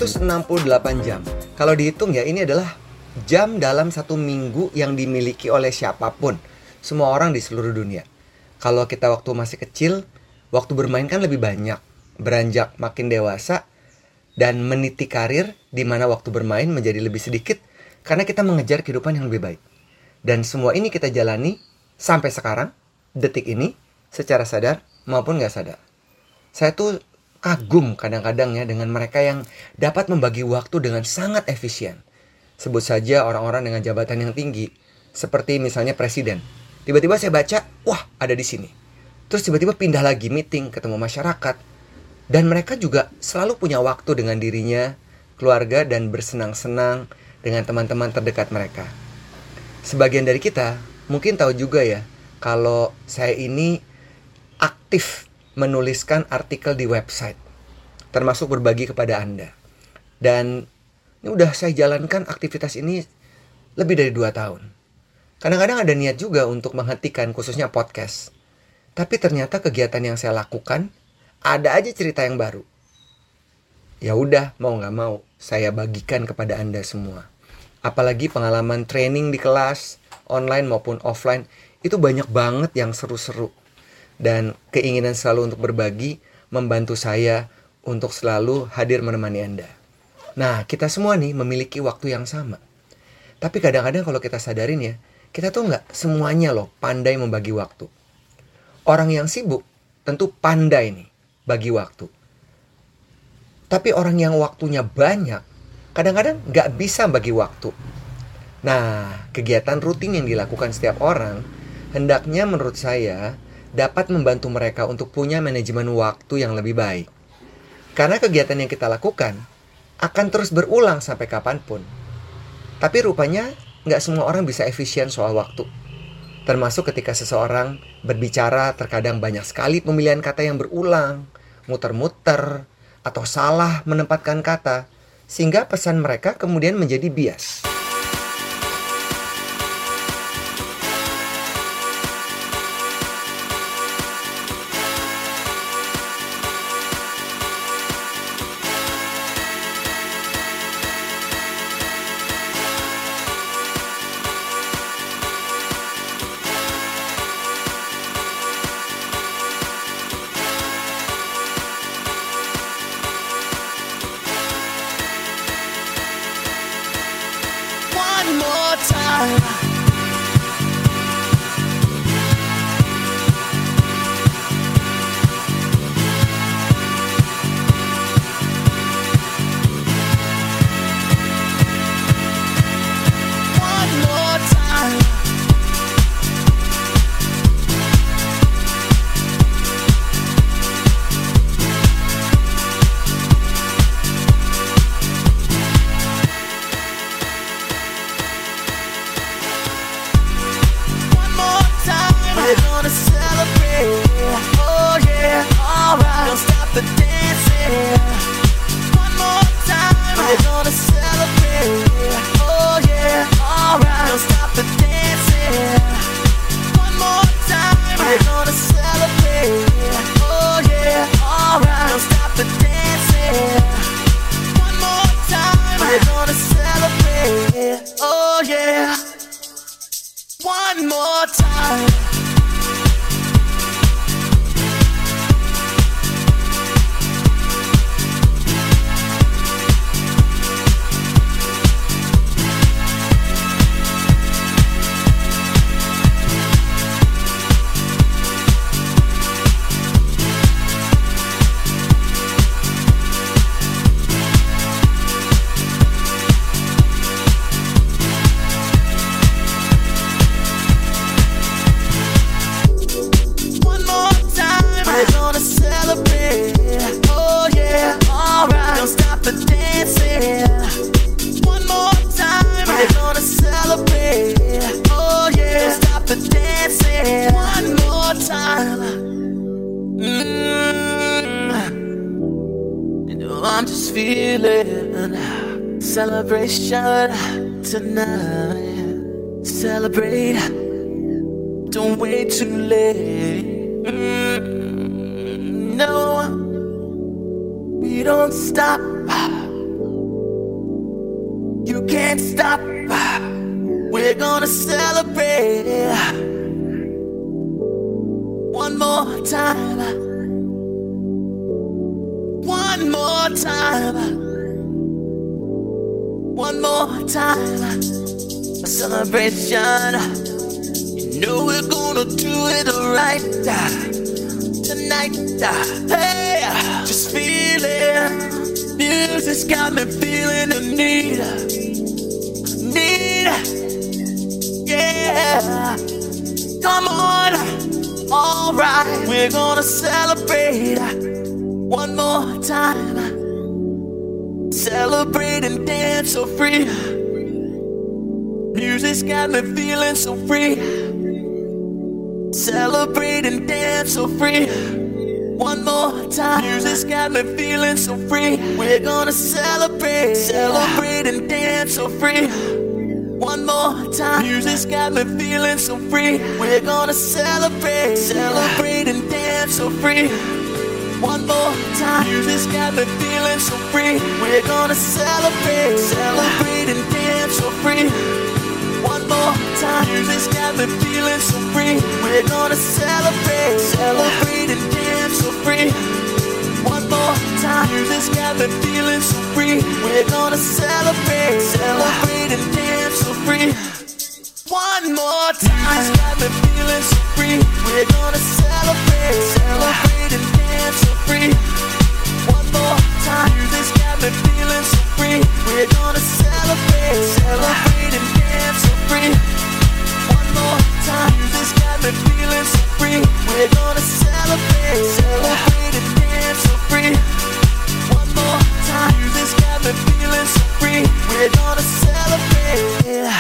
368 jam. Kalau dihitung ya, ini adalah jam dalam satu minggu yang dimiliki oleh siapapun, semua orang di seluruh dunia. Kalau kita waktu masih kecil, waktu bermain kan lebih banyak. Beranjak makin dewasa dan meniti karir, di mana waktu bermain menjadi lebih sedikit karena kita mengejar kehidupan yang lebih baik. Dan semua ini kita jalani sampai sekarang, detik ini, secara sadar maupun gak sadar. Saya tuh kagum kadang-kadang ya dengan mereka yang dapat membagi waktu dengan sangat efisien. Sebut saja orang-orang dengan jabatan yang tinggi, seperti misalnya presiden. Tiba-tiba saya baca, wah ada di sini. Terus tiba-tiba pindah lagi meeting, ketemu masyarakat. Dan mereka juga selalu punya waktu dengan dirinya, keluarga, dan bersenang-senang dengan teman-teman terdekat mereka. Sebagian dari kita mungkin tahu juga ya, kalau saya ini aktif menuliskan artikel di website, termasuk berbagi kepada Anda. Dan ini udah saya jalankan aktivitas ini lebih dari 2 tahun. Kadang-kadang ada niat juga untuk menghentikan, khususnya podcast. Tapi ternyata kegiatan yang saya lakukan, ada aja cerita yang baru. Ya udah, mau gak mau, saya bagikan kepada Anda semua. Apalagi pengalaman training di kelas, online maupun offline, itu banyak banget yang seru-seru. Dan keinginan selalu untuk berbagi membantu saya untuk selalu hadir menemani Anda. Nah, kita semua nih memiliki waktu yang sama. Tapi kadang-kadang kalau kita sadarin ya, kita tuh nggak semuanya loh pandai membagi waktu. Orang yang sibuk tentu pandai nih bagi waktu. Tapi orang yang waktunya banyak, kadang-kadang nggak bisa bagi waktu. Nah, kegiatan rutin yang dilakukan setiap orang, hendaknya menurut saya dapat membantu mereka untuk punya manajemen waktu yang lebih baik. Karena kegiatan yang kita lakukan akan terus berulang sampai kapanpun. Tapi rupanya nggak semua orang bisa efisien soal waktu. Termasuk ketika seseorang berbicara, terkadang banyak sekali pemilihan kata yang berulang, muter-muter, atau salah menempatkan kata, sehingga pesan mereka kemudian menjadi bias. I'm just feeling celebration tonight. Celebrate, don't wait too late. No, we don't stop You can't stop. We're gonna celebrate one more time. One more time. One more time. A celebration. You know we're gonna do it right tonight. Hey, just feel it. Music's got me feeling the need. Yeah. Come on. Alright, we're gonna celebrate one more time. Celebrate and dance so free. Music's got me feeling so free. Celebrate and dance so free. One more time. Music's got me feeling so free. We're gonna celebrate and dance so free. One more time. Music's got me feeling so free. We're gonna celebrate and dance so free. One more time. Music's got me feeling so free. We're gonna celebrate and dance so free. One more time. Music's got me feeling so free. We're gonna celebrate and dance so free. One more time. Music's got me feeling so free. We're gonna celebrate and dance so free. One more time. Music's got me feeling so free. We're gonna celebrate and dance so free. One more time. Music's got me feeling so free. We're gonna celebrate and dance so free. One more time. Music's got me feeling so free. We're gonna celebrate and dance so free. One more time. Music's got me feeling so free. We're gonna celebrate.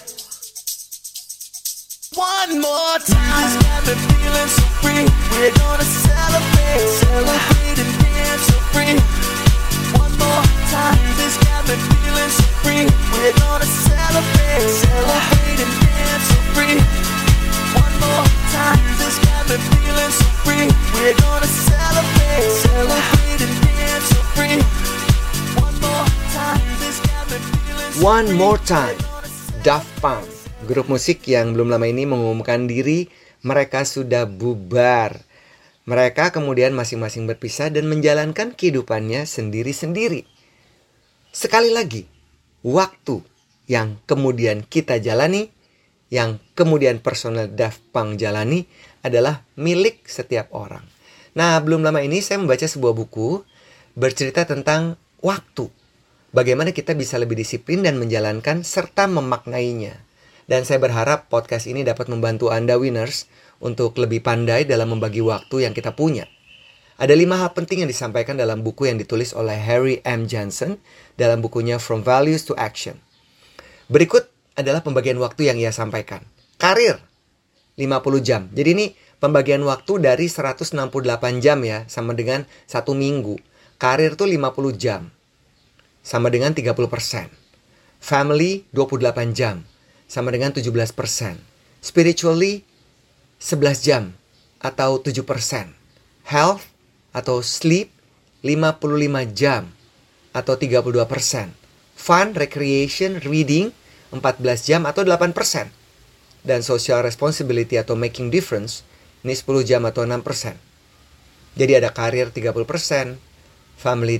One more time. Music's got me feeling so free. We're gonna celebrate and dance so free. One more time. Music's got me feeling so free. We're gonna celebrate and dance so free. One more time. Music's got me feeling so free. We're gonna celebrate and dance so free. One more time. Music's got me feeling so free. One More Time, Daft Punk, grup musik yang belum lama ini mengumumkan diri mereka sudah bubar. Mereka kemudian masing-masing berpisah dan menjalankan kehidupannya sendiri-sendiri. Sekali lagi, waktu yang kemudian kita jalani, yang kemudian personel Daft Punk jalani adalah milik setiap orang. Nah, belum lama ini saya membaca sebuah buku bercerita tentang waktu. Bagaimana kita bisa lebih disiplin dan menjalankan serta memaknainya. Dan saya berharap podcast ini dapat membantu Anda winners untuk lebih pandai dalam membagi waktu yang kita punya. Ada 5 hal penting yang disampaikan dalam buku yang ditulis oleh Harry M. Johnson dalam bukunya From Values to Action. Berikut adalah pembagian waktu yang ia sampaikan. Karir, 50 jam. Jadi ini pembagian waktu dari 168 jam ya, sama dengan 1 minggu. Karir tuh 50 jam, sama dengan 30%. Family, 28 jam, sama dengan 17%. Spiritually, 11 jam, atau 7%. Health, atau sleep, 55 jam, atau 32%. Fun, recreation, reading, 14 jam, atau 8%. Dan social responsibility atau making difference, ini 10 jam atau 6%. Jadi ada karir 30%, family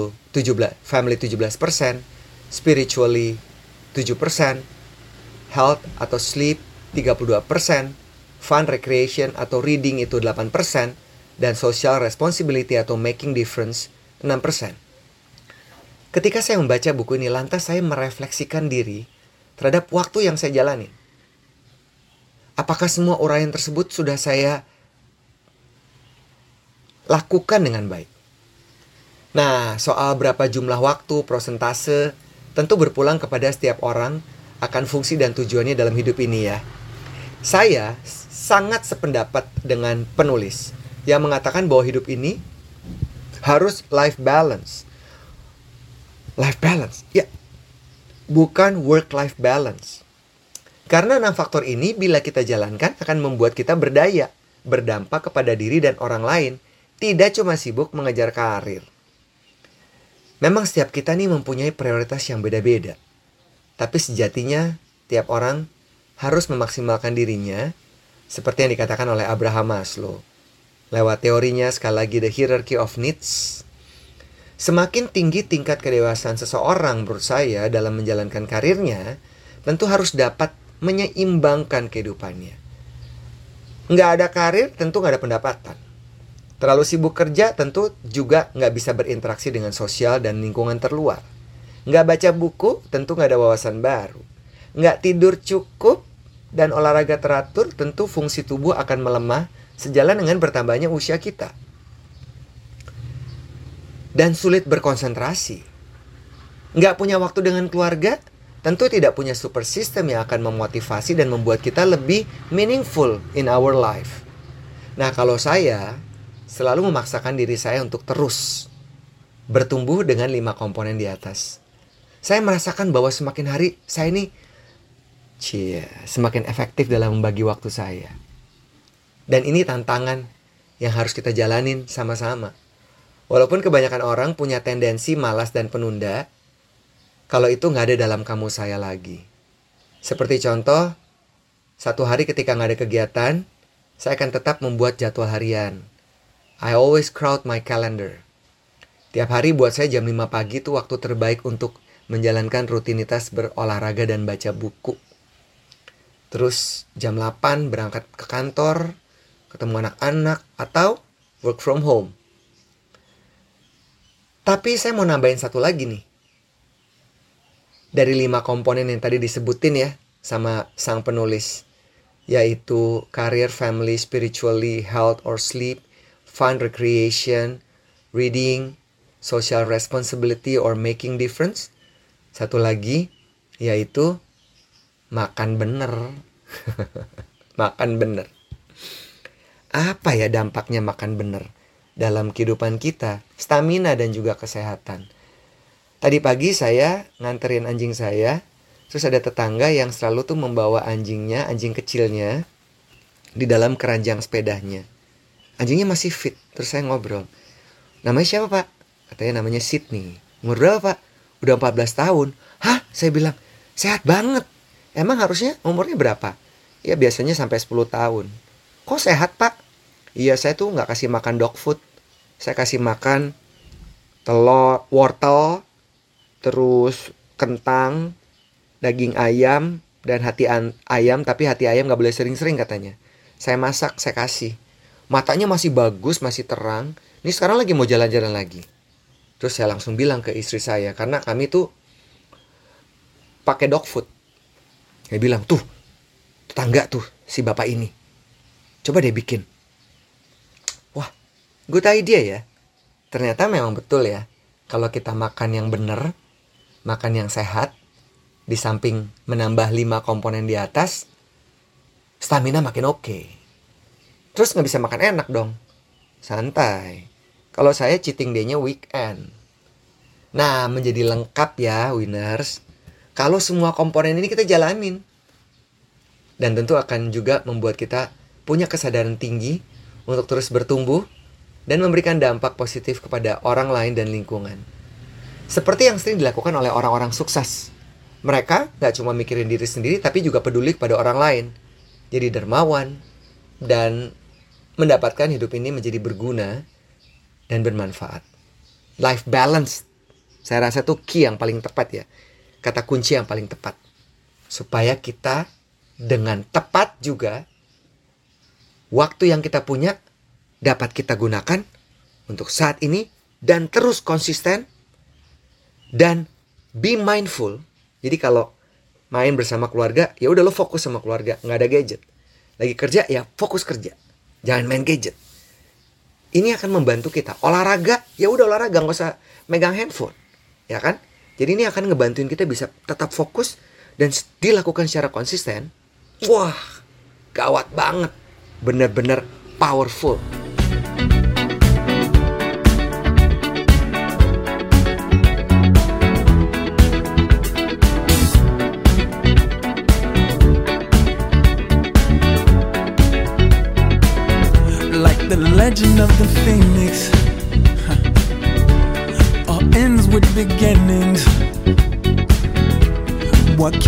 17%, spiritually 7%, health atau sleep 32%, fun recreation atau reading itu 8%, dan social responsibility atau making difference 6%. Ketika saya membaca buku ini, lantas saya merefleksikan diri terhadap waktu yang saya jalani. Apakah semua uraian tersebut sudah saya lakukan dengan baik? Nah, soal berapa jumlah waktu, prosentase, tentu berpulang kepada setiap orang akan fungsi dan tujuannya dalam hidup ini ya. Saya sangat sependapat dengan penulis yang mengatakan bahwa hidup ini harus life balance. Life balance, ya, bukan work-life balance. Karena 6 faktor ini bila kita jalankan akan membuat kita berdaya, berdampak kepada diri dan orang lain, tidak cuma sibuk mengejar karir. Memang setiap kita nih mempunyai prioritas yang beda-beda. Tapi sejatinya tiap orang harus memaksimalkan dirinya seperti yang dikatakan oleh Abraham Maslow. Lewat teorinya sekali lagi the hierarchy of needs. Semakin tinggi tingkat kedewasaan seseorang menurut saya dalam menjalankan karirnya, tentu harus dapat menyeimbangkan kehidupannya. Nggak ada karir, tentu nggak ada pendapatan. Terlalu sibuk kerja, tentu juga nggak bisa berinteraksi dengan sosial dan lingkungan terluar. Nggak baca buku, tentu nggak ada wawasan baru. Nggak tidur cukup dan olahraga teratur, tentu fungsi tubuh akan melemah sejalan dengan bertambahnya usia kita. Dan sulit berkonsentrasi. Nggak punya waktu dengan keluarga, tentu tidak punya super system yang akan memotivasi dan membuat kita lebih meaningful in our life. Nah, kalau saya selalu memaksakan diri saya untuk terus bertumbuh dengan 5 komponen di atas. Saya merasakan bahwa semakin hari saya ini semakin efektif dalam membagi waktu saya. Dan ini tantangan yang harus kita jalanin sama-sama. Walaupun kebanyakan orang punya tendensi malas dan penunda, kalau itu nggak ada dalam kamus saya lagi. Seperti contoh, satu hari ketika nggak ada kegiatan, saya akan tetap membuat jadwal harian. I always crowd my calendar. Tiap hari buat saya jam 5 pagi itu waktu terbaik untuk menjalankan rutinitas berolahraga dan baca buku. Terus jam 8 berangkat ke kantor, ketemu anak-anak, atau work from home. Tapi saya mau nambahin satu lagi nih. Dari 5 komponen yang tadi disebutin ya sama sang penulis, yaitu career, family, spiritually, health or sleep, fun, recreation, reading, social responsibility or making difference. Satu lagi yaitu makan bener. Makan bener. Apa ya dampaknya makan bener dalam kehidupan kita, stamina dan juga kesehatan? Tadi pagi saya nganterin anjing saya, terus ada tetangga yang selalu tuh membawa anjingnya, anjing kecilnya, di dalam keranjang sepedanya. Anjingnya masih fit, terus saya ngobrol. Namanya siapa, Pak? Katanya namanya Sydney. Umur berapa, Pak? Udah 14 tahun. Hah? Saya bilang, sehat banget. Emang harusnya umurnya berapa? Ya biasanya sampai 10 tahun. Kok sehat, Pak? Iya, saya tuh gak kasih makan dog food. Saya kasih makan telur, wortel, terus kentang, daging ayam, dan hati ayam. Tapi hati ayam gak boleh sering-sering katanya. Saya masak, saya kasih. Matanya masih bagus, masih terang. Ini sekarang lagi mau jalan-jalan lagi. Terus saya langsung bilang ke istri saya, karena kami tuh pakai dog food. Saya bilang, tuh tetangga tuh si bapak ini, coba deh bikin. Wah, good idea ya. Ternyata memang betul ya. Kalau kita makan yang benar, makan yang sehat, di samping menambah 5 komponen di atas, stamina makin oke. Terus gak bisa makan enak dong. Santai. Kalau saya cheating day-nya weekend. Nah, menjadi lengkap ya winners, kalau semua komponen ini kita jalanin. Dan tentu akan juga membuat kita punya kesadaran tinggi untuk terus bertumbuh dan memberikan dampak positif kepada orang lain dan lingkungan. Seperti yang sering dilakukan oleh orang-orang sukses. Mereka gak cuma mikirin diri sendiri, tapi juga peduli kepada orang lain. Jadi dermawan dan mendapatkan hidup ini menjadi berguna dan bermanfaat. Life balance, saya rasa itu key yang paling tepat ya. Kata kunci yang paling tepat. Supaya kita dengan tepat juga, waktu yang kita punya dapat kita gunakan untuk saat ini dan terus konsisten dan be mindful. Jadi kalau main bersama keluarga, ya udah lo fokus sama keluarga, nggak ada gadget. Lagi kerja ya fokus kerja, jangan main gadget. Ini akan membantu kita. Olahraga, ya udah olahraga, nggak usah megang handphone, ya kan? Jadi ini akan ngebantuin kita bisa tetap fokus dan dilakukan secara konsisten. Wah, gawat banget, bener-bener powerful. The legend of the phoenix all ends with beginnings. What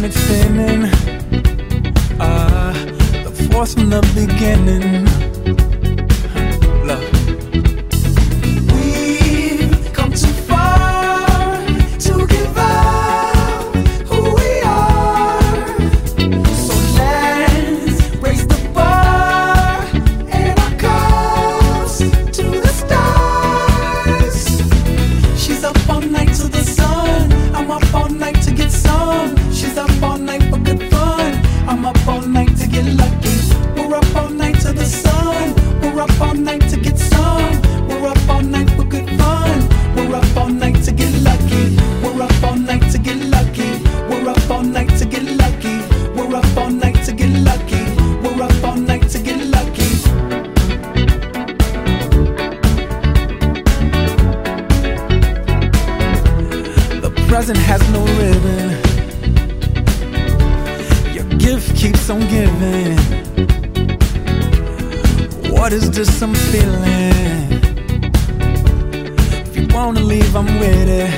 and it's spinning. The force from the beginning. Love. We've come too far to give up who we are. So let's raise the bar and our cups to the stars. She's up all night to the sun. I'm up all night to get some. She's up all night for good fun. I'm up all night to get lucky. We're up all night to the sun. We're up all night to get some. We're up all night for good fun. We're up all night to get lucky. We're up all night to get lucky. We're up all night to get lucky. We're up all night to get lucky. We're up all night to get lucky. The present has no ribbon. Your gift keeps on giving. What is this I'm feeling? If you wanna leave, I'm with it.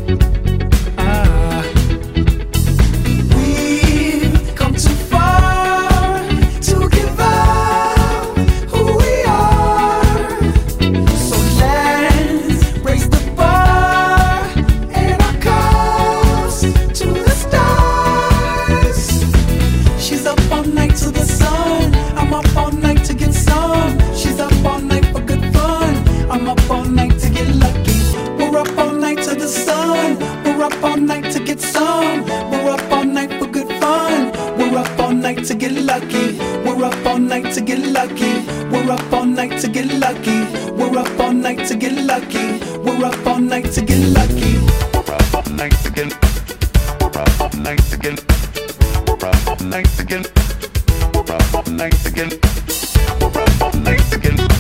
We've come too far to give up who we are. So let's raise the bar and our cups to the stars. She's up all night to the sun. I'm up all night to get some. She's up all night for good fun. I'm up all night to get lucky. We're up all night to the sun. We're up all night to get some. We're up all night for good fun. We're up all night to get lucky. We're up all night to get lucky. We're up all night to get lucky. We're up all night to get lucky. We're up all night to get lucky. We're up all night to get. We're up all night to get. We're up all night to get. We're up all night to get. We're up all night to get.